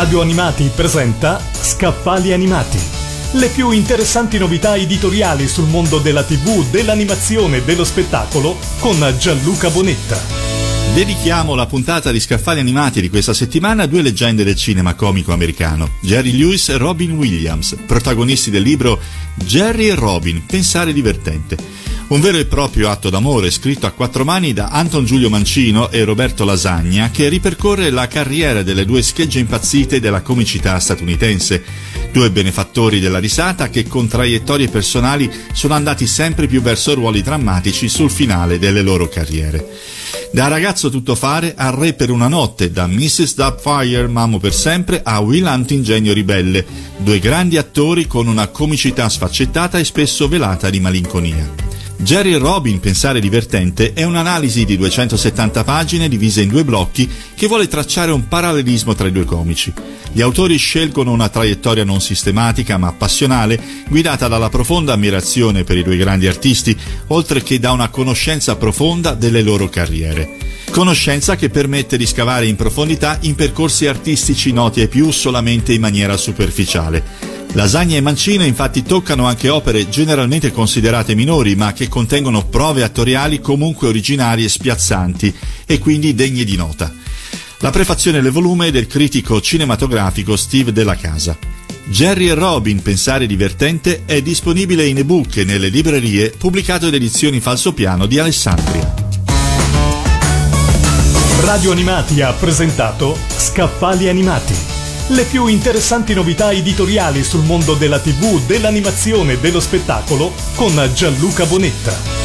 Radio Animati presenta Scaffali Animati. Le più interessanti novità editoriali sul mondo della TV, dell'animazione e dello spettacolo con Gianluca Bonetta. Dedichiamo la puntata di Scaffali Animati di questa settimana a due leggende del cinema comico americano, Jerry Lewis e Robin Williams, protagonisti del libro Jerry e Robin, Pensare divertente. Un vero e proprio atto d'amore scritto a quattro mani da Anton Giulio Mancino e Roberto Lasagna, che ripercorre la carriera delle due schegge impazzite della comicità statunitense, due benefattori della risata che con traiettorie personali sono andati sempre più verso ruoli drammatici sul finale delle loro carriere. Da ragazzo tuttofare a re per una notte, da Mrs. Doubtfire, Mammo per sempre, a Will Hunting, genio ribelle, due grandi attori con una comicità sfaccettata e spesso velata di malinconia. Jerry e Robin, Pensare divertente, è un'analisi di 270 pagine divise in due blocchi che vuole tracciare un parallelismo tra i due comici. Gli autori scelgono una traiettoria non sistematica ma passionale, guidata dalla profonda ammirazione per i due grandi artisti, oltre che da una conoscenza profonda delle loro carriere. Conoscenza che permette di scavare in profondità in percorsi artistici noti ai più solamente in maniera superficiale. Lasagna e Mancino infatti toccano anche opere generalmente considerate minori, ma che contengono prove attoriali comunque originarie e spiazzanti e quindi degne di nota. La prefazione del volume è del critico cinematografico Steve Della Casa. Jerry e Robin, Pensare divertente è disponibile in ebook e nelle librerie, pubblicato ed edizioni Falsopiano di Alessandria. Radio Animati ha presentato Scaffali Animati. Le più interessanti novità editoriali sul mondo della TV, dell'animazione e dello spettacolo con Gianluca Bonetta.